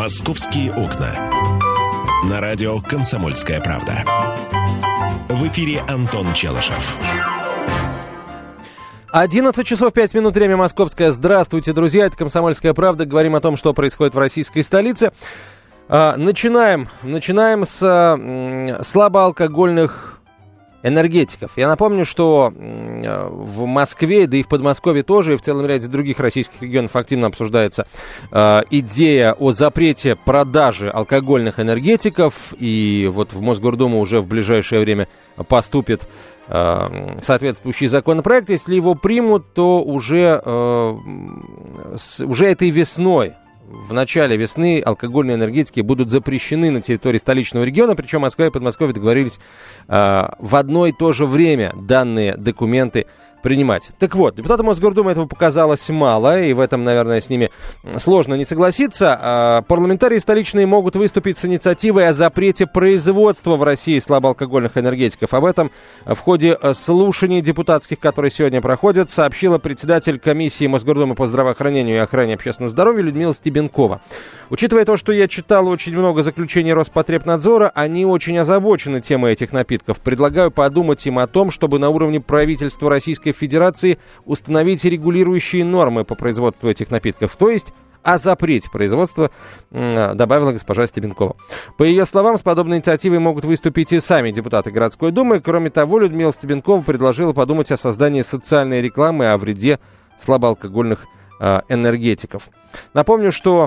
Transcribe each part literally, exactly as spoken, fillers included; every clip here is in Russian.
«Московские окна». На радио «Комсомольская правда». В эфире Антон Челышев. одиннадцать часов пять минут, время московское. Здравствуйте, друзья, это «Комсомольская правда». Говорим о том, что происходит в российской столице. А, начинаем, начинаем с м, слабоалкогольных энергетиков. Я напомню, что в Москве, да и в Подмосковье тоже, и в целом ряде других российских регионов активно обсуждается э, идея о запрете продажи алкогольных энергетиков. И вот в Мосгордуму уже в ближайшее время поступит э, соответствующий законопроект. Если его примут, то уже, э, с, уже этой весной, в начале весны, алкогольные энергетики будут запрещены на территории столичного региона, причем Москва и Подмосковье договорились э, в одно и то же время данные документы принимать. Так вот, депутатам Мосгордумы этого показалось мало, и в этом, наверное, с ними сложно не согласиться. А парламентарии столичные могут выступить с инициативой о запрете производства в России слабоалкогольных энергетиков. Об этом в ходе слушаний депутатских, которые сегодня проходят, сообщила председатель комиссии Мосгордумы по здравоохранению и охране общественного здоровья Людмила Стебенкова. Учитывая то, что я читал очень много заключений Роспотребнадзора, они очень озабочены темой этих напитков. Предлагаю подумать им о том, чтобы на уровне правительства Российской Федерации установить регулирующие нормы по производству этих напитков, то есть о запрете производства, добавила госпожа Стебенкова. По ее словам, с подобной инициативой могут выступить и сами депутаты городской думы. Кроме того, Людмила Стебенкова предложила подумать о создании социальной рекламы о вреде слабоалкогольных э, энергетиков. Напомню, что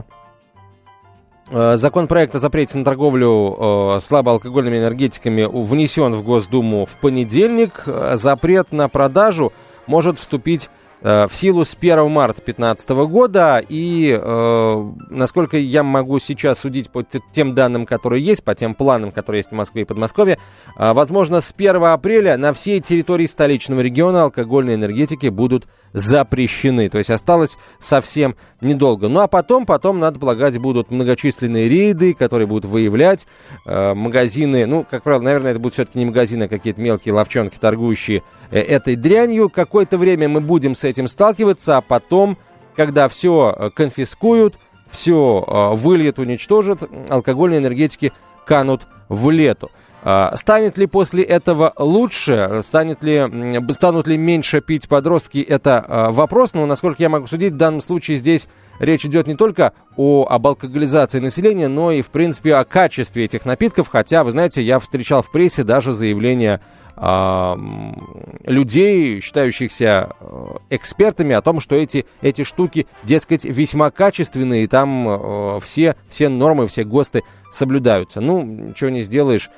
законопроект о запрете на торговлю э, слабоалкогольными энергетиками внесен в Госдуму в понедельник. Запрет на продажу может вступить э, в силу с первого марта две тысячи пятнадцатого года. И, э, насколько я могу сейчас судить по тем данным, которые есть, по тем планам, которые есть в Москве и Подмосковье, э, возможно, с первого апреля на всей территории столичного региона алкогольные энергетики будут запрещены. То есть осталось совсем недолго. Ну а потом, потом, надо полагать, будут многочисленные рейды, которые будут выявлять э, магазины. Ну, как правило, наверное, это будут все-таки не магазины, а какие-то мелкие лавчонки, торгующие э, этой дрянью. Какое-то время мы будем с этим сталкиваться, а потом, когда все э, конфискуют, все э, выльют, уничтожат, алкогольные энергетики канут в лету. Станет ли после этого лучше, станет ли, станут ли меньше пить подростки, это вопрос. Но, насколько я могу судить, в данном случае здесь речь идет не только о, об алкоголизации населения, но и, в принципе, о качестве этих напитков. Хотя, вы знаете, я встречал в прессе даже заявления э, людей, считающихся экспертами, о том, что эти, эти штуки, дескать, весьма качественные, и там э, все, все нормы, все ГОСТы соблюдаются. Ну, ничего не сделаешь,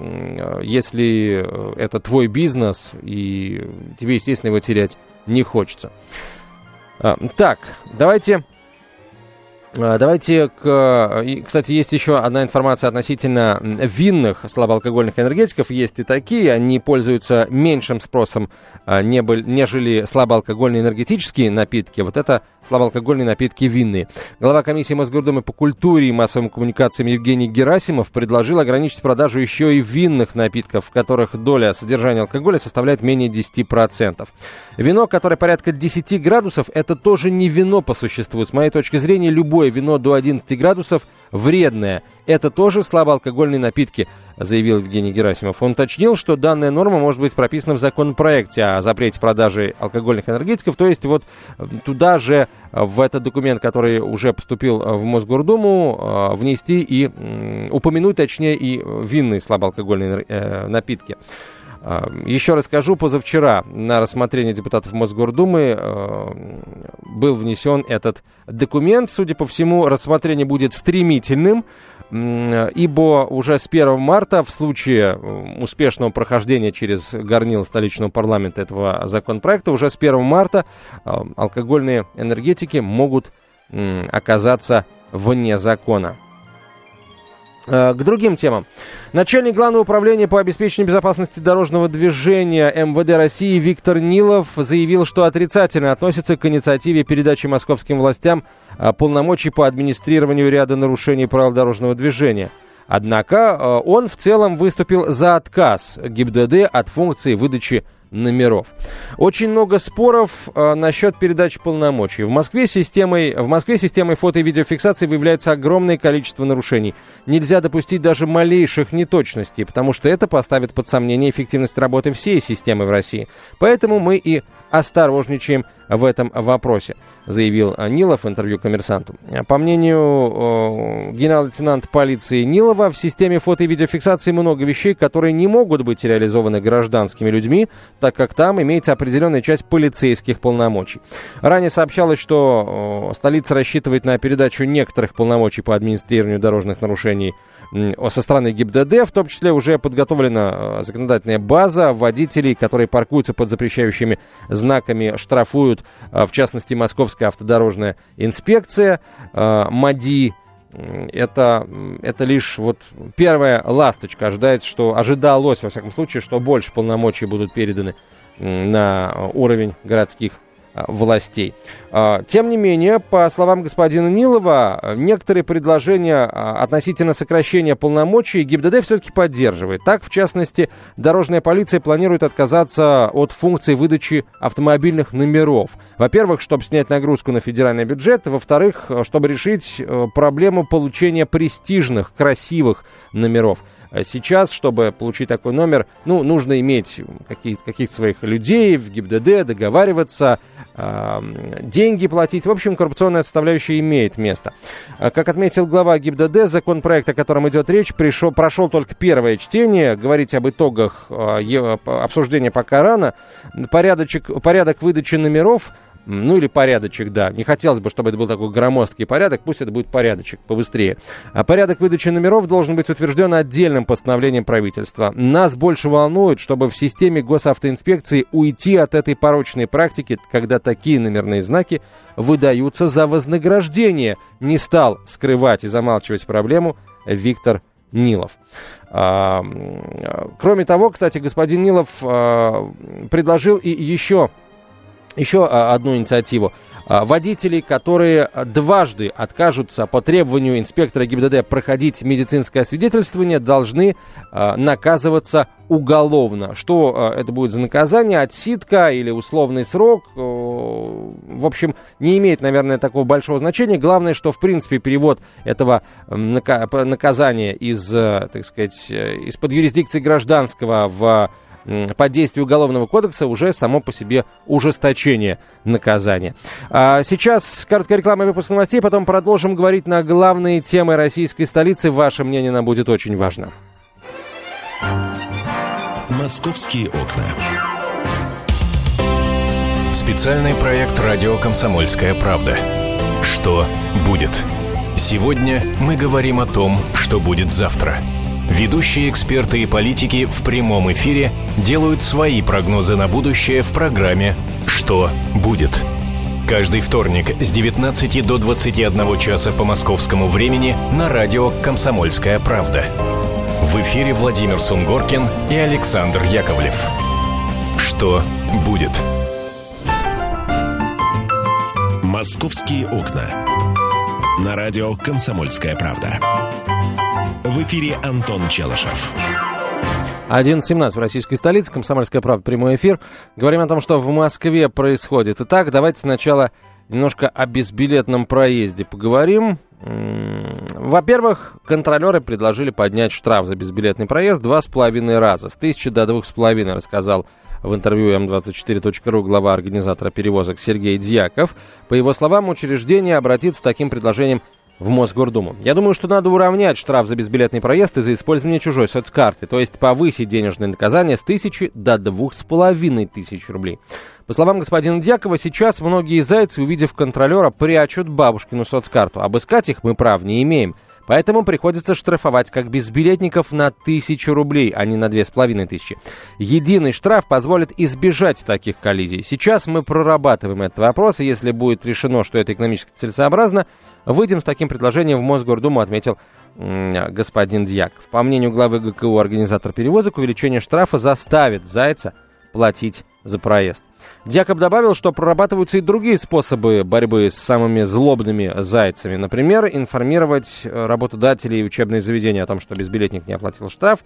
если это твой бизнес, и тебе, естественно, его терять не хочется. Так, давайте... Давайте, к... кстати, есть еще одна информация относительно винных слабоалкогольных энергетиков. Есть и такие, они пользуются меньшим спросом, нежели слабоалкогольные энергетические напитки. Вот это слабоалкогольные напитки винные. Глава комиссии Мосгордумы по культуре и массовым коммуникациям Евгений Герасимов предложил ограничить продажу еще и винных напитков, в которых доля содержания алкоголя составляет менее десять процентов. Вино, которое порядка десять градусов, это тоже не вино по существу. С моей точки зрения, любое вино до одиннадцати градусов вредное. Это тоже слабоалкогольные напитки, заявил Евгений Герасимов. Он уточнил, что данная норма может быть прописана в законопроекте о запрете продажи алкогольных энергетиков. То есть вот туда же, в этот документ, который уже поступил в Мосгордуму, внести и упомянуть, точнее, и винные слабоалкогольные напитки. Еще раз скажу, позавчера на рассмотрение депутатов Мосгордумы э, был внесен этот документ. Судя по всему, рассмотрение будет стремительным, э, ибо уже с первого марта в случае успешного прохождения через горнило столичного парламента этого законопроекта, уже с первого марта э, алкогольные энергетики могут э, оказаться вне закона. К другим темам. Начальник Главного управления по обеспечению безопасности дорожного движения эм вэ дэ России Виктор Нилов заявил, что отрицательно относится к инициативе передачи московским властям полномочий по администрированию ряда нарушений правил дорожного движения. Однако он в целом выступил за отказ ГИБДД от функции выдачи номеров. Очень много споров э, насчет передачи полномочий. В Москве системой, в Москве системой фото- и видеофиксации выявляется огромное количество нарушений. Нельзя допустить даже малейших неточностей, потому что это поставит под сомнение эффективность работы всей системы в России. Поэтому мы и осторожничаем в этом вопросе, заявил Нилов в интервью «Коммерсанту». По мнению э, генерал-лейтенанта полиции Нилова, в системе фото- и видеофиксации много вещей, которые не могут быть реализованы гражданскими людьми, так как там имеется определенная часть полицейских полномочий. Ранее сообщалось, что э, столица рассчитывает на передачу некоторых полномочий по администрированию дорожных нарушений со стороны ГИБДД, в том числе уже подготовлена законодательная база водителей, которые паркуются под запрещающими знаками, штрафуют, в частности, Московская автодорожная инспекция, МАДИ. Это, это лишь вот первая ласточка. Ожидается, что ожидалось, во всяком случае, что больше полномочий будут переданы на уровень городских властей. Тем не менее, по словам господина Нилова, некоторые предложения относительно сокращения полномочий ГИБДД все-таки поддерживает. Так, в частности, дорожная полиция планирует отказаться от функции выдачи автомобильных номеров. Во-первых, чтобы снять нагрузку на федеральный бюджет. Во-вторых, чтобы решить проблему получения престижных, красивых номеров. Сейчас, чтобы получить такой номер, ну, нужно иметь какие-то, каких-то своих людей в ГИБДД, договариваться, э, деньги платить. В общем, коррупционная составляющая имеет место. Как отметил глава ГИБДД, законопроект, о котором идет речь, пришел, прошел только первое чтение. Говорить об итогах э, обсуждения пока рано. Порядочек, порядок выдачи номеров, ну или порядочек, да. Не хотелось бы, чтобы это был такой громоздкий порядок, пусть это будет порядочек, побыстрее. А порядок выдачи номеров должен быть утвержден отдельным постановлением правительства. Нас больше волнует, чтобы в системе госавтоинспекции уйти от этой порочной практики, когда такие номерные знаки выдаются за вознаграждение. Не стал скрывать и замалчивать проблему Виктор Нилов. А, кроме того, кстати, господин Нилов а, предложил и еще... Еще одну инициативу. Водителей, которые дважды откажутся по требованию инспектора ГИБДД проходить медицинское освидетельствование, должны наказываться уголовно. Что это будет за наказание? Отсидка или условный срок? В общем, не имеет, наверное, такого большого значения. Главное, что, в принципе, перевод этого наказания из, так сказать, из-под юрисдикции гражданского в под действие Уголовного кодекса уже само по себе ужесточение наказания. А сейчас короткая реклама и выпуск новостей, потом продолжим говорить на главные темы российской столицы. Ваше мнение нам будет очень важно. Московские окна. Специальный проект «Радио Комсомольская правда». Что будет? Сегодня мы говорим о том, что будет завтра. Ведущие эксперты и политики в прямом эфире делают свои прогнозы на будущее в программе «Что будет?». Каждый вторник с девятнадцати до двадцати одного часа по московскому времени на радио «Комсомольская правда». В эфире Владимир Сунгоркин и Александр Яковлев. Что будет? «Московские окна». На радио «Комсомольская правда». В эфире Антон Челышев. одиннадцать семнадцать в российской столице. «Комсомольская правда», прямой эфир. Говорим о том, что в Москве происходит. Итак, давайте сначала немножко о безбилетном проезде поговорим. Во-первых, контролеры предложили поднять штраф за безбилетный проезд два с половиной раза. С тысячи до двух с половиной, рассказал в интервью эм двадцать четыре точка ру глава организатора перевозок Сергей Дьяков. По его словам, учреждение обратится с таким предложением в Мосгордуму. Я думаю, что надо уравнять штраф за безбилетный проезд и за использование чужой соцкарты, то есть повысить денежное наказание с тысячи до двух с половиной тысяч рублей. По словам господина Дьякова, сейчас многие зайцы, увидев контролера, прячут бабушкину соцкарту. Обыскать их мы прав не имеем. Поэтому приходится штрафовать как безбилетников на тысячу рублей, а не на две с половиной тысячи. Единый штраф позволит избежать таких коллизий. Сейчас мы прорабатываем этот вопрос, и если будет решено, что это экономически целесообразно, выйдем с таким предложением в Мосгордуму, отметил м- господин Дьяков. По мнению главы гэ ка у, организатор перевозок, увеличение штрафа заставит зайца платить за проезд. Дьякоб добавил, что прорабатываются и другие способы борьбы с самыми злобными зайцами. Например, информировать работодателей и учебные заведения о том, что безбилетник не оплатил штраф.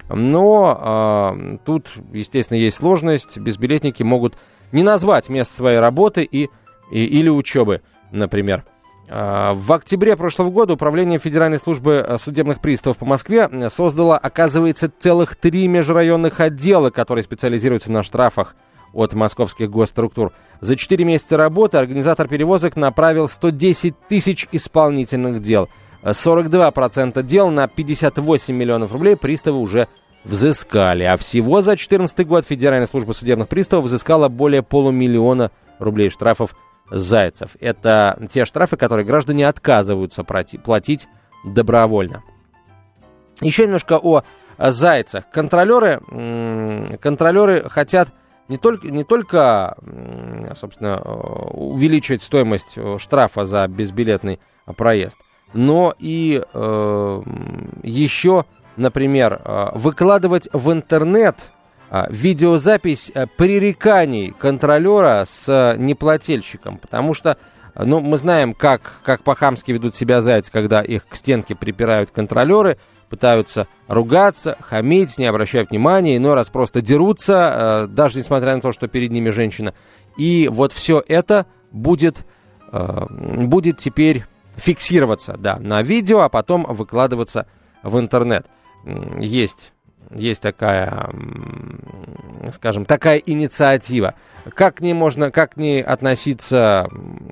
Но э, тут, естественно, есть сложность. Безбилетники могут не назвать место своей работы и, и, или учебы, например. В октябре прошлого года Управление Федеральной службы судебных приставов по Москве создало, оказывается, целых три межрайонных отдела, которые специализируются на штрафах от московских госструктур. За четыре месяца работы организатор перевозок направил сто десять тысяч исполнительных дел. сорок два процента дел на пятьдесят восемь миллионов рублей приставы уже взыскали. А всего за две тысячи четырнадцатый год Федеральная служба судебных приставов взыскала более полумиллиона рублей штрафов зайцев. Это те штрафы, которые граждане отказываются платить добровольно. Еще немножко о зайцах. Контролеры, контролеры хотят не только, не только, собственно, увеличить стоимость штрафа за безбилетный проезд, но и э, еще, например, выкладывать в интернет видеозапись пререканий контролера с неплательщиком, потому что, ну, мы знаем, как, как по-хамски ведут себя зайцы, когда их к стенке припирают контролеры, пытаются ругаться, хамить, не обращая внимания, иной раз просто дерутся, даже несмотря на то, что перед ними женщина. И вот все это будет, будет теперь фиксироваться, да, на видео, а потом выкладываться в интернет. Есть... Есть такая, скажем, такая инициатива. Как к ней можно, как к ней относиться,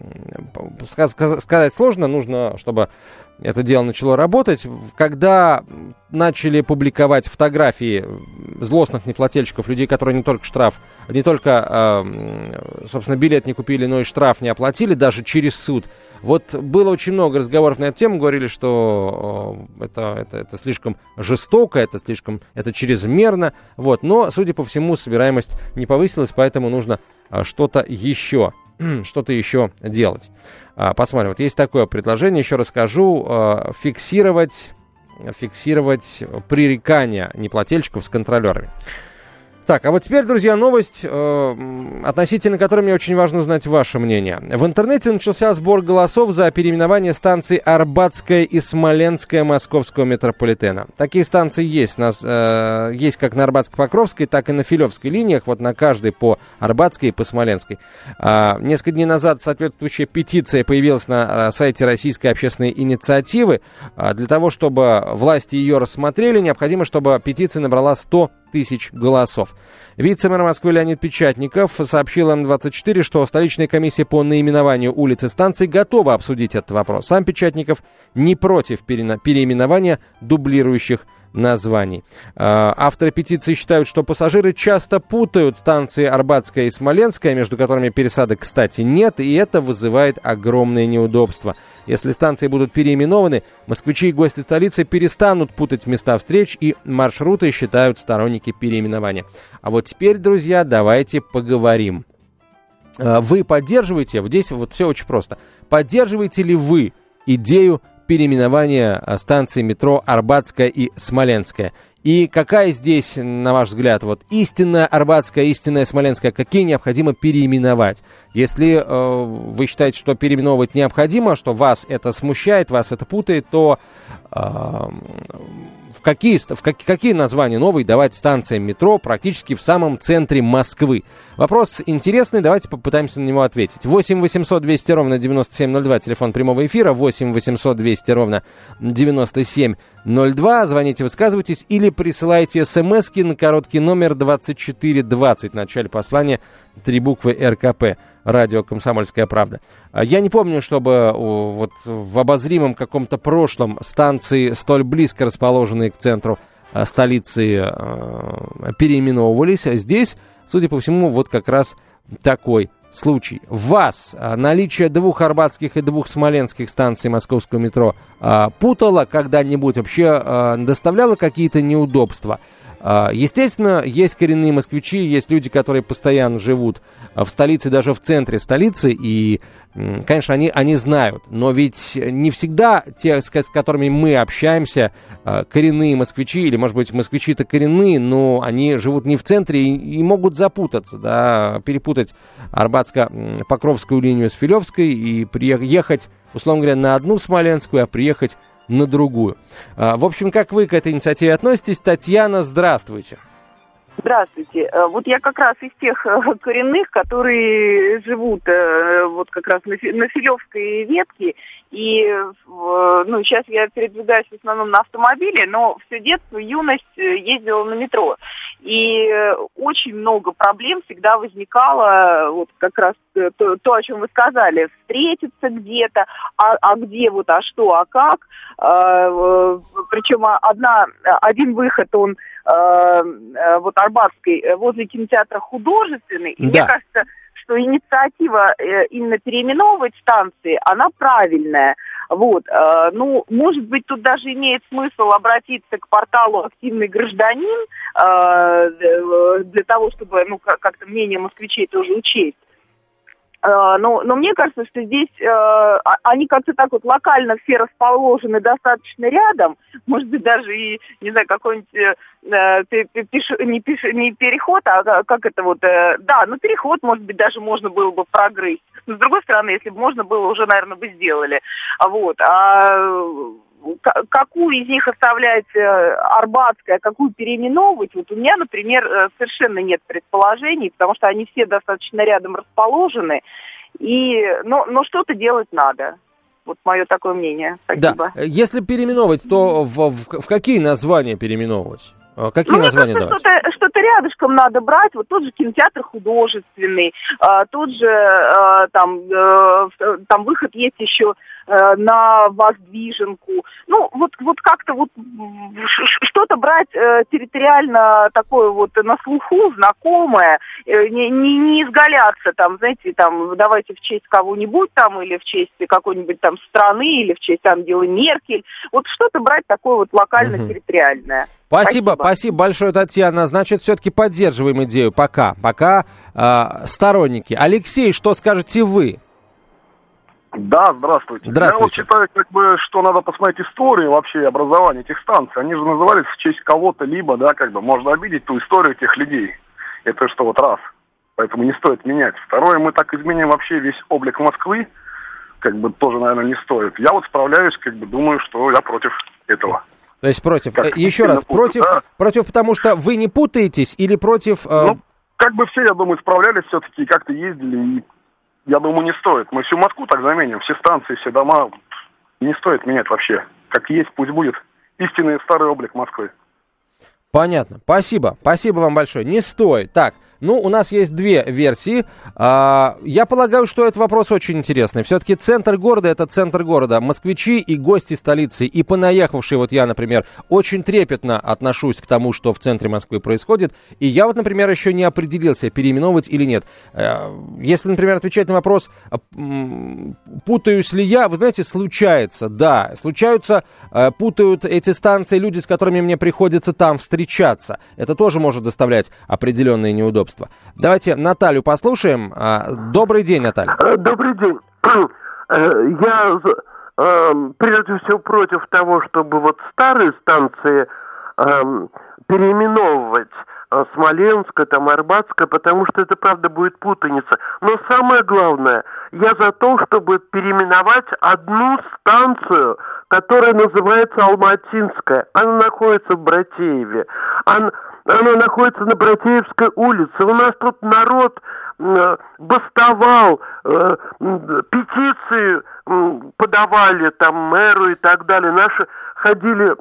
сказать сложно. Нужно, чтобы это дело начало работать. Когда начали публиковать фотографии злостных неплательщиков, людей, которые не только штраф, не только, собственно, билет не купили, но и штраф не оплатили, даже через суд. Вот было очень много разговоров на эту тему, говорили, что это, это, это слишком жестоко, это слишком, это чрезмерно, вот. Но, судя по всему, собираемость не повысилась, поэтому нужно что-то еще, что-то еще делать. Посмотрим, вот есть такое предложение, еще расскажу, фиксировать, фиксировать пререкания неплательщиков с контролерами. Так, а вот теперь, друзья, новость, э, относительно которой мне очень важно узнать ваше мнение. В интернете начался сбор голосов за переименование станций Арбатская и Смоленская московского метрополитена. Такие станции есть, нас, э, есть как на Арбатско-Покровской, так и на Филевской линиях, вот на каждой по Арбатской и по Смоленской. Э, несколько дней назад соответствующая петиция появилась на сайте Российской общественной инициативы. Э, для того, чтобы власти ее рассмотрели, необходимо, чтобы петиция набрала сто тысяч голосов. Вице-мэр Москвы Леонид Печатников сообщил эм двадцать четыре, что столичная комиссия по наименованию улиц и станций готова обсудить этот вопрос. Сам Печатников не против переименования дублирующих названий. Авторы петиции считают, что пассажиры часто путают станции Арбатская и Смоленская, между которыми пересадок, кстати, нет, и это вызывает огромные неудобства. Если станции будут переименованы, москвичи и гости столицы перестанут путать места встреч и маршруты, считают сторонники переименования. А вот теперь, друзья, давайте поговорим. Вы поддерживаете, здесь вот все очень просто, поддерживаете ли вы идею переименования станций метро Арбатская и Смоленская? И какая здесь, на ваш взгляд, вот истинная Арбатская, истинная Смоленская, какие необходимо переименовать? Если э, вы считаете, что переименовывать необходимо, что вас это смущает, вас это путает, то э, в, какие, в как, какие названия новые давать станциям метро практически в самом центре Москвы? Вопрос интересный, давайте попытаемся на него ответить. восемь восемьсот двести ровно девяносто семь ноль два, телефон прямого эфира, восемь восемьсот двести ровно девяносто семь ноль два, звоните, высказывайтесь, или присылайте смски на короткий номер двадцать четыре двадцать, в начале послания три буквы эр ка пэ, радио «Комсомольская правда». Я не помню, чтобы вот в обозримом каком-то прошлом станции, столь близко расположенные к центру столицы, переименовывались. Здесь, судя по всему, вот как раз такой случай. Вас наличие двух арбатских и двух смоленских станций московского метро путало когда-нибудь, вообще доставляло какие-то неудобства? Естественно, есть коренные москвичи, есть люди, которые постоянно живут в столице, даже в центре столицы, и, конечно, они, они знают. Но ведь не всегда те, с которыми мы общаемся, коренные москвичи, или, может быть, москвичи-то коренные, но они живут не в центре и, и могут запутаться, да, перепутать Арбатско-Покровскую линию с Филевской и приехать, условно говоря, на одну Смоленскую, а приехать на другую. В общем, как вы к этой инициативе относитесь? Татьяна, здравствуйте. Здравствуйте. Вот я как раз из тех коренных, которые живут вот как раз на Филевской ветке. И ну, сейчас я передвигаюсь в основном на автомобиле, но все детство, юность ездила на метро. И очень много проблем всегда возникало, вот как раз то, то о чем вы сказали, встретиться где-то, а, а где вот, а что, а как. А, причем одна, один выход, он вот Арбатской, возле кинотеатра Художественный. И да. Мне кажется, что инициатива именно переименовывать станции, она правильная. Вот. Ну, может быть, тут даже имеет смысл обратиться к порталу «Активный гражданин» для того, чтобы ну, как-то мнение москвичей тоже учесть. Но, но мне кажется, что здесь э, они как-то так вот локально все расположены достаточно рядом. Может быть, даже и, не знаю, какой-нибудь э, пиш, не, пиш, не переход, а как это вот... Э, да, ну переход, может быть, даже можно было бы прогрызть. Но с другой стороны, если бы можно было, уже, наверное, бы сделали. Вот. А какую из них оставлять Арбатская, какую переименовывать, вот у меня, например, совершенно нет предположений, потому что они все достаточно рядом расположены, и, но, но что-то делать надо. Вот мое такое мнение. Спасибо. Да. Если переименовывать, то в, в, в какие названия переименовывать? Какие ну, названия давать? Что-то, что-то рядышком надо брать. Вот тот же кинотеатр Художественный, а, тот же а, там, а, там выход есть еще а, на Воздвиженку. Ну, вот, вот как-то вот что-то брать а, территориально такое вот на слуху, знакомое, не, не, не изгаляться там, знаете, там, давайте в честь кого-нибудь там, или в честь какой-нибудь там страны, или в честь Ангелы Меркель. Вот что-то брать такое вот локально-территориальное. Спасибо, спасибо, спасибо большое, Татьяна. Значит, все-таки поддерживаем идею. Пока, пока э, сторонники. Алексей, что скажете вы? Да, здравствуйте. Здравствуйте. Я вот считаю, как бы, что надо посмотреть историю вообще образования этих станций. Они же назывались в честь кого-то, либо, да, как бы, можно обидеть ту историю тех людей. Это что, вот раз. Поэтому не стоит менять. Второе, мы так изменим вообще весь облик Москвы, как бы, тоже, наверное, не стоит. Я вот справляюсь, как бы, думаю, что я против этого. То есть против. Как, Еще раз, путаю, против, да. против, потому что вы не путаетесь или против... Э... Ну, как бы все, я думаю, справлялись все-таки, как-то ездили, и я думаю, не стоит. Мы всю Москву так заменим, все станции, все дома, не стоит менять вообще. Как есть, пусть будет истинный старый облик Москвы. Понятно. Спасибо. Спасибо вам большое. Не стоит. Так, ну, у нас есть две версии. А, я полагаю, что этот вопрос очень интересный. Все-таки центр города — это центр города. Москвичи и гости столицы, и понаехавшие, вот я, например, очень трепетно отношусь к тому, что в центре Москвы происходит. И я вот, например, еще не определился, переименовывать или нет. Если, например, отвечать на вопрос, путаюсь ли я, вы знаете, случается, да. Случаются, путают эти станции люди, с которыми мне приходится там встречаться. Это тоже может доставлять определенные неудобства. Давайте Наталью послушаем. Добрый день, Наталья. Добрый день. Я прежде всего против того, чтобы вот старые станции переименовывать. Смоленская, там, Арбатская, потому что это, правда, будет путаница. Но самое главное, я за то, чтобы переименовать одну станцию, которая называется Алматинская. Она находится в Братееве. Она, она находится на Братеевской улице. У нас тут народ э, бастовал, э, петиции э, подавали там мэру и так далее. Наши ходили...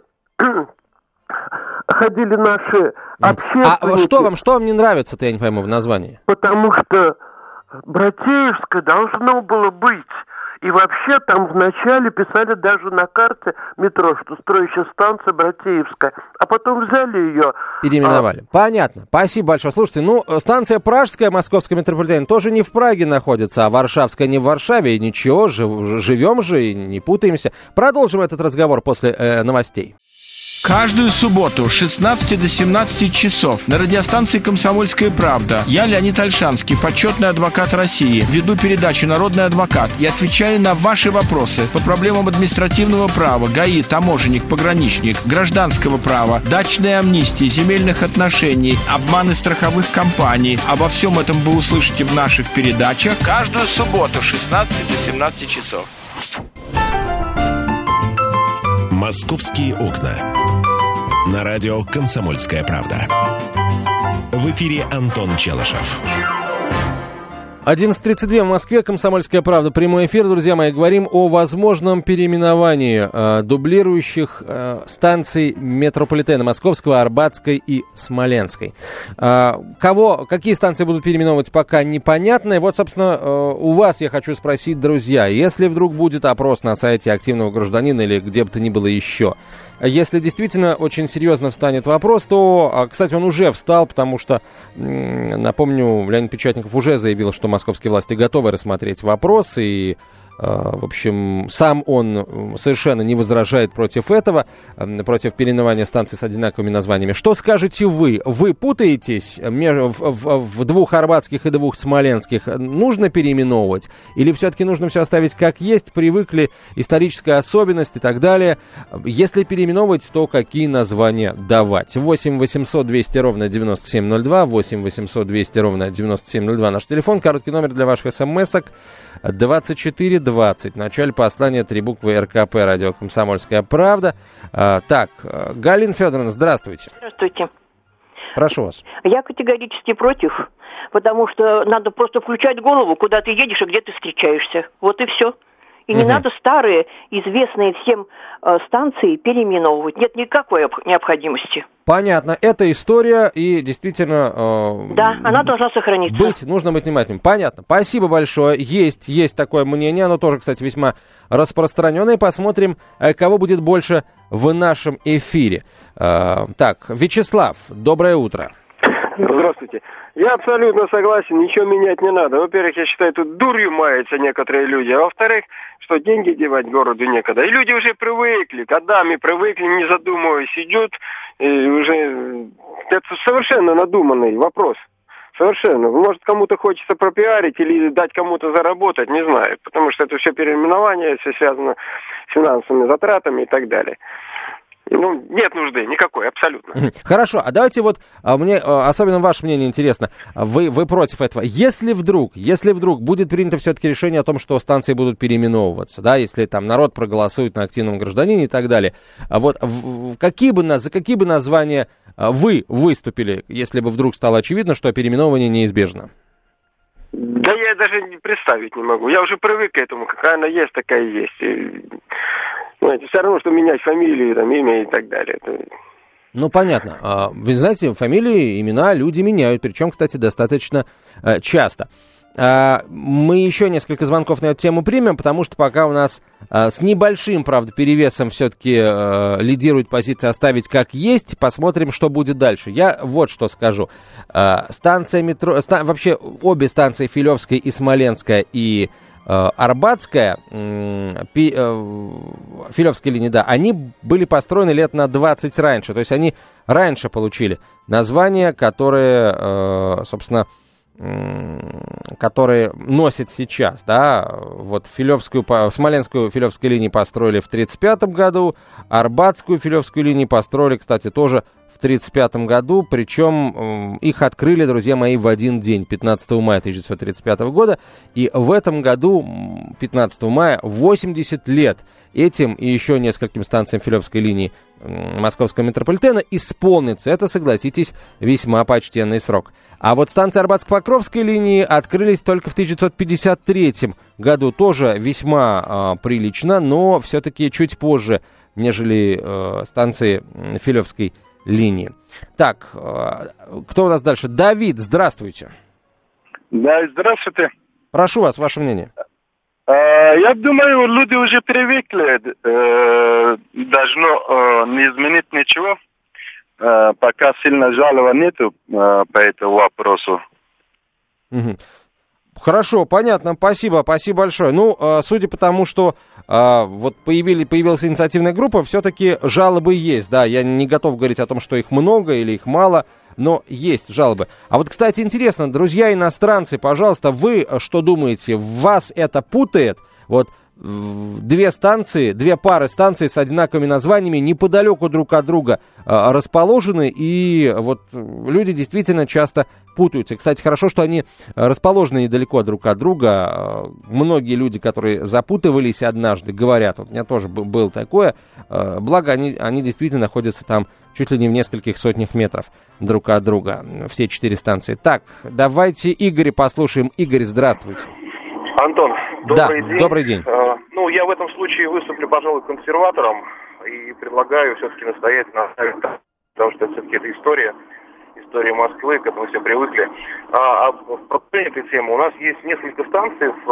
Ходили наши общественники. А что вам, что вам не нравится-то, я не пойму, в названии? Потому что Братеевская должно было быть. И вообще там вначале писали даже на карте метро, что строящая станция Братеевская. А потом взяли ее... Переименовали. А... Понятно. Спасибо большое. Слушайте, ну, станция Пражская, Московская метрополитен, тоже не в Праге находится, а Варшавская не в Варшаве. И ничего, жив, живем же и не путаемся. Продолжим этот разговор после э, новостей. Каждую субботу с шестнадцати до семнадцати часов на радиостанции «Комсомольская правда» я, Леонид Ольшанский, почетный адвокат России, веду передачу «Народный адвокат» и отвечаю на ваши вопросы по проблемам административного права, ГАИ, таможенник, пограничник, гражданского права, дачной амнистии, земельных отношений, обманы страховых компаний. Обо всем этом вы услышите в наших передачах каждую субботу с шестнадцати до семнадцати часов. «Московские окна». На радио «Комсомольская правда». В эфире Антон Челышев. одиннадцать тридцать два в Москве, «Комсомольская правда», прямой эфир, друзья мои. Говорим о возможном переименовании э, дублирующих э, станций метрополитена Московского, Арбатской и Смоленской. Э, кого, какие станции будут переименовывать, пока непонятно. И вот, собственно, э, у вас я хочу спросить, друзья, если вдруг будет опрос на сайте «Активного гражданина» или где бы то ни было еще, если действительно очень серьезно встанет вопрос, то, кстати, он уже встал, потому что, напомню, Леонид Печатников уже заявил, что московские власти готовы рассмотреть вопрос, и, в общем, сам он совершенно не возражает против этого, против переименования станций с одинаковыми названиями. Что скажете вы? Вы путаетесь в, в, в двух арбатских и двух смоленских? Нужно переименовывать? Или все-таки нужно все оставить как есть, привыкли, историческая особенность и так далее? Если переименовывать, то какие названия давать? восемь восемьсот двести ровно девяносто семь ноль два, восемь восемьсот двести ровно девяносто семь ноль два наш телефон, короткий номер для ваших смс-ок двадцать четыре двадцать. В начале послания три буквы РКП, радио «Комсомольская правда». А, так, Галина Федоровна, здравствуйте. Здравствуйте. Прошу вас. Я категорически против, потому что надо просто включать голову, куда ты едешь и где ты встречаешься. Вот и все. И не угу. надо старые, известные всем э, станции переименовывать. Нет никакой необходимости. Понятно. Это история, и действительно... Э, да, она должна сохраниться. Быть, нужно быть внимательным. Понятно. Спасибо большое. Есть, есть такое мнение. Оно тоже, кстати, весьма распространенное. Посмотрим, кого будет больше в нашем эфире. Э, так, Вячеслав, доброе утро. Здравствуйте. Я абсолютно согласен, ничего менять не надо. Во-первых, я считаю, тут дурью маются некоторые люди, а во-вторых, что деньги девать городу некогда. И люди уже привыкли, годами привыкли, не задумываясь, идут, и уже... Это совершенно надуманный вопрос. Совершенно. Может, кому-то хочется пропиарить или дать кому-то заработать, не знаю. Потому что это все переименование, все связано с финансовыми затратами и так далее. Ну, нет нужды никакой, абсолютно. Хорошо, а давайте вот, а мне а, особенно ваше мнение интересно, вы, вы против этого. Если вдруг, если вдруг будет принято все-таки решение о том, что станции будут переименовываться, да, если там народ проголосует на активном гражданине и так далее, а вот в, в какие бы, за какие бы названия вы выступили, если бы вдруг стало очевидно, что переименование неизбежно? Да я даже представить не могу. Я уже привык к этому. Какая она есть, такая и есть. И, знаете, все равно, что менять фамилию, там, имя и так далее. Это... Ну, понятно. Вы знаете, фамилии, имена люди меняют. Причем, кстати, достаточно часто. Мы еще несколько звонков на эту тему примем, потому что пока у нас с небольшим, правда, перевесом все-таки лидирует позиция оставить как есть. Посмотрим, что будет дальше. Я вот что скажу. Станция метро... Вообще, обе станции, Филевская и Смоленская, и Арбатская, Филевская линия, да, они были построены лет на двадцать раньше. То есть они раньше получили название, которое, собственно, которые носят сейчас, да, вот Филевскую, Смоленскую Филевскую линию построили в тридцать пятом году, Арбатскую Филевскую линию построили, кстати, тоже в тридцать пятом году, причем их открыли, друзья мои, в один день, пятнадцатого мая тысяча девятьсот тридцать пятого года, и в этом году, пятнадцатого мая, восемьдесят лет этим и еще нескольким станциям Филевской линии Московского метрополитена исполнится. Это, согласитесь, весьма почтенный срок. А вот станции Арбатско-Покровской линии открылись только в тысяча девятьсот пятьдесят третьем году. Тоже весьма э, прилично, но все-таки чуть позже, нежели э, станции Филевской линии. Так, э, кто у нас дальше? Давид, здравствуйте. Да, здравствуйте. Прошу вас, ваше мнение. Я думаю, люди уже привыкли, должно не изменить ничего, пока сильно жалоб нету по этому вопросу. Угу. Хорошо, понятно, спасибо, спасибо большое. Ну, судя по тому, что вот появили, появилась инициативная группа, все-таки жалобы есть, да, я не готов говорить о том, что их много или их мало, но есть жалобы. А вот, кстати, интересно, друзья иностранцы, пожалуйста, вы что думаете, вас это путает? Вот две станции, две пары станций с одинаковыми названиями неподалеку друг от друга э, расположены, и вот люди действительно часто путаются. Кстати, хорошо, что они расположены недалеко друг от друга. Многие люди, которые запутывались однажды, говорят, вот у меня тоже было такое, э, благо они, они действительно находятся там чуть ли не в нескольких сотнях метров друг от друга, все четыре станции. Так, давайте Игоря послушаем. Игорь, здравствуйте. Антон, добрый да, день. Добрый день. Uh, ну, я в этом случае выступлю, пожалуй, консерватором и предлагаю все-таки настоять на оставить, потому что это все-таки это история, история Москвы, к этому все привыкли. А, а в продолжение этой темы у нас есть несколько станций в,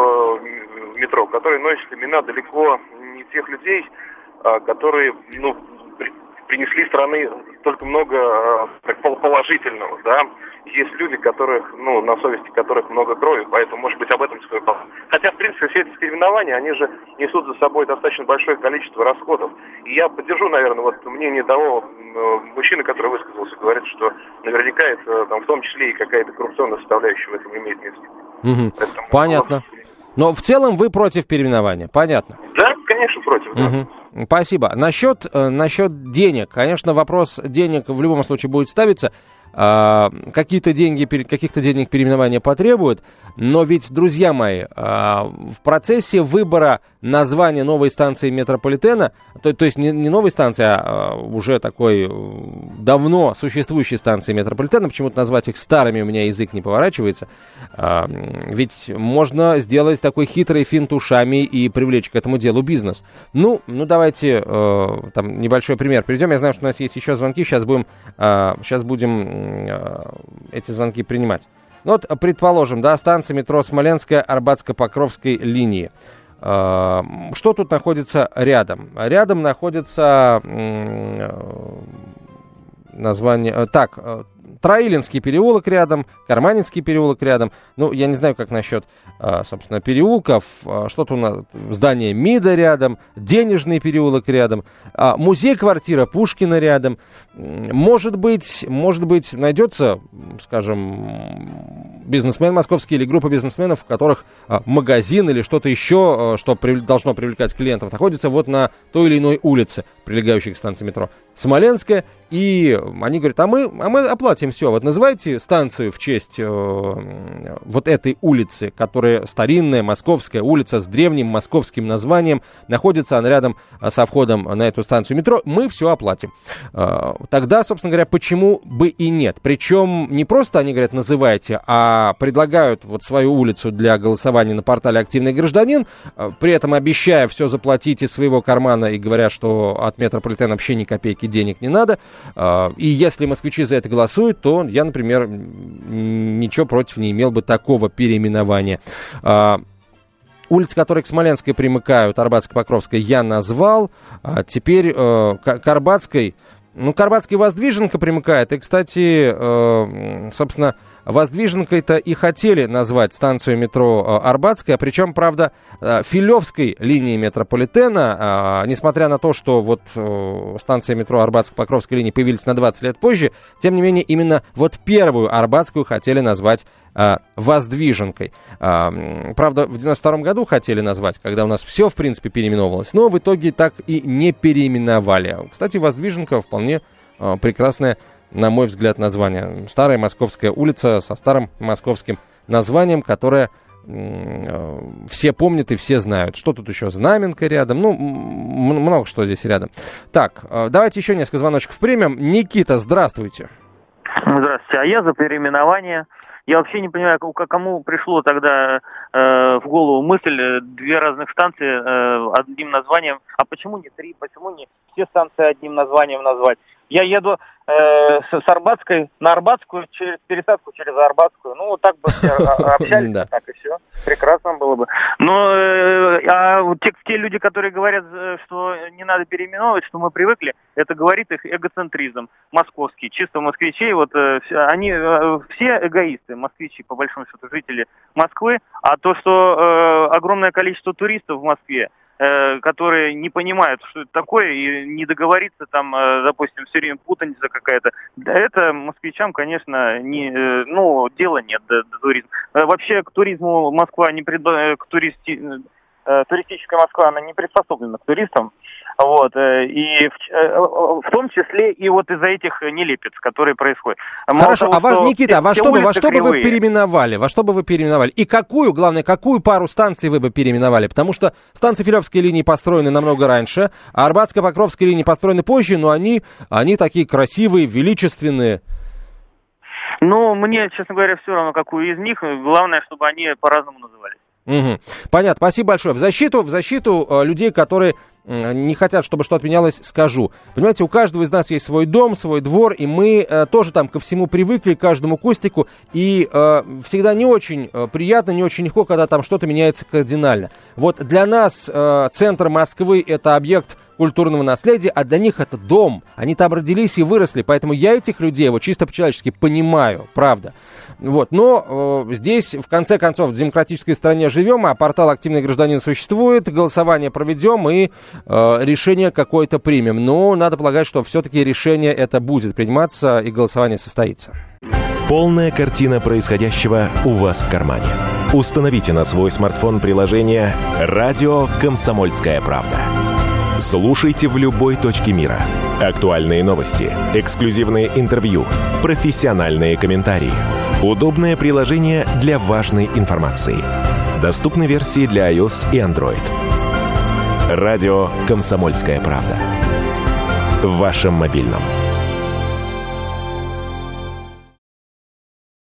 в метро, которые носят имена далеко не тех людей, а, которые, ну, при, принесли страны столько много а, положительного, да. Есть люди, которых, ну, на совести которых много крови, поэтому, может быть, об этом стоит подумать. Хотя, в принципе, все эти переименования, они же несут за собой достаточно большое количество расходов. И я поддержу, наверное, вот мнение того э, мужчины, который высказался, говорит, что наверняка это, там, в том числе и какая-то коррупционная составляющая в этом имеет место. Угу. Поэтому, понятно. Но в целом вы против переименования, понятно? Да, конечно, против, да. Угу. Спасибо. Насчет, э, насчет денег, конечно, вопрос денег в любом случае будет ставиться. Uh, какие-то деньги, каких-то денег переименования потребуют, но ведь, друзья мои, uh, в процессе выбора названия новой станции метрополитена, то, то есть не, не новой станции, а uh, уже такой uh, давно существующей станции метрополитена, почему-то назвать их старыми у меня язык не поворачивается, uh, ведь можно сделать такой хитрый финт ушами и привлечь к этому делу бизнес. Ну, ну давайте uh, там небольшой пример приведем. Я знаю, что у нас есть еще звонки, сейчас будем, uh, сейчас будем эти звонки принимать. Ну вот, предположим, да, станция метро Смоленская, Арбатско-Покровской линии. Что тут находится рядом? Рядом находится название... Так, Троилинский переулок рядом, Карманинский переулок рядом. Ну, я не знаю, как насчет, собственно, переулков. Что-то у нас... Здание МИДа рядом, Денежный переулок рядом, музей-квартира Пушкина рядом. Может быть, может быть, найдется, скажем, бизнесмен московский или группа бизнесменов, у которых магазин или что-то еще, что должно привлекать клиентов, находится вот на той или иной улице, прилегающей к станции метро Смоленская. И они говорят, а мы, а мы оплатим все. Вот называйте станцию в честь э, вот этой улицы, которая старинная московская улица с древним московским названием. Находится она рядом со входом на эту станцию метро. Мы все оплатим. Э, тогда, собственно говоря, почему бы и нет? Причем не просто они говорят, называйте, а предлагают вот свою улицу для голосования на портале «Активный гражданин», э, при этом обещая все заплатить из своего кармана и говоря, что от метрополитена вообще ни копейки денег не надо. И если москвичи за это голосуют, то я, например, ничего против не имел бы такого переименования. Улицы, которые к Смоленской примыкают, Арбатско-Покровской, я назвал. А теперь к Арбатской... Ну, к Арбатской Воздвиженка примыкает. И, кстати, собственно... Воздвиженкой-то и хотели назвать станцию метро Арбатская, причем, правда, Филевской линии метрополитена, несмотря на то, что вот станция метро Арбатско-Покровской линии появились на двадцать лет позже, тем не менее, именно вот первую Арбатскую хотели назвать Воздвиженкой. Правда, в девяносто втором году хотели назвать, когда у нас все, в принципе, переименовалось, но в итоге так и не переименовали. Кстати, Воздвиженка вполне прекрасная, на мой взгляд, название. Старая Московская улица со старым московским названием, которое э, все помнят и все знают. Что тут еще? Знаменка рядом. Ну, м- много что здесь рядом. Так, э, давайте еще несколько звоночков примем. Никита, здравствуйте. Здравствуйте. А я за переименование. Я вообще не понимаю, кому пришло тогда э, в голову мысль две разных станции э, одним названием. А почему не три? Почему не все станции одним названием назвать? Я еду э, с, с Арбатской на Арбатскую, через пересадку через Арбатскую. Ну, вот так бы все общались, так и все. Прекрасно было бы. Но э, а вот те, те люди, которые говорят, что не надо переименовывать, что мы привыкли, это говорит их эгоцентризм московский. Чисто москвичей, вот э, они э, все эгоисты, москвичи, по большому счету, жители Москвы. А то, что э, огромное количество туристов в Москве, которые не понимают, что это такое, и не договориться там, допустим, все время путаница какая-то. Это москвичам, конечно, не, ну, дела нет до, до туризма. Вообще к туризму Москва не пред... к туристи... туристическая Москва, она не приспособлена к туристам. Вот, и в, в том числе и вот из-за этих нелепиц, которые происходят. Мало Хорошо, того, а ваш, Никита, а во что, бы, во что бы вы кривые. переименовали? Во что бы вы переименовали? И какую, главное, какую пару станций вы бы переименовали? Потому что станции Филевской линии построены намного раньше, а Арбатско-Покровские линии построены позже, но они, они такие красивые, величественные. Ну, мне, честно говоря, все равно, какую из них. Главное, чтобы они по-разному назывались. Угу. Понятно, спасибо большое. В защиту, в защиту э, людей, которые э, не хотят, чтобы что-то менялось, скажу. Понимаете, у каждого из нас есть свой дом, свой двор, и мы э, тоже там ко всему привыкли, к каждому кустику, и э, всегда не очень э, приятно, не очень легко, когда там что-то меняется кардинально. Вот для нас э, центр Москвы — это объект культурного наследия, а для них это дом. Они там родились и выросли, поэтому я этих людей вот чисто по-человечески понимаю, правда. Вот. Но э, здесь, в конце концов, в демократической стране живем, а портал «Активный гражданин» существует, голосование проведем и э, решение какое-то примем. Но надо полагать, что все-таки решение это будет приниматься и голосование состоится. Полная картина происходящего у вас в кармане. Установите на свой смартфон приложение «Радио Комсомольская правда». Слушайте в любой точке мира. Актуальные новости, эксклюзивные интервью, профессиональные комментарии. Удобное приложение для важной информации. Доступны версии для iOS и Android. Радио «Комсомольская правда». В вашем мобильном.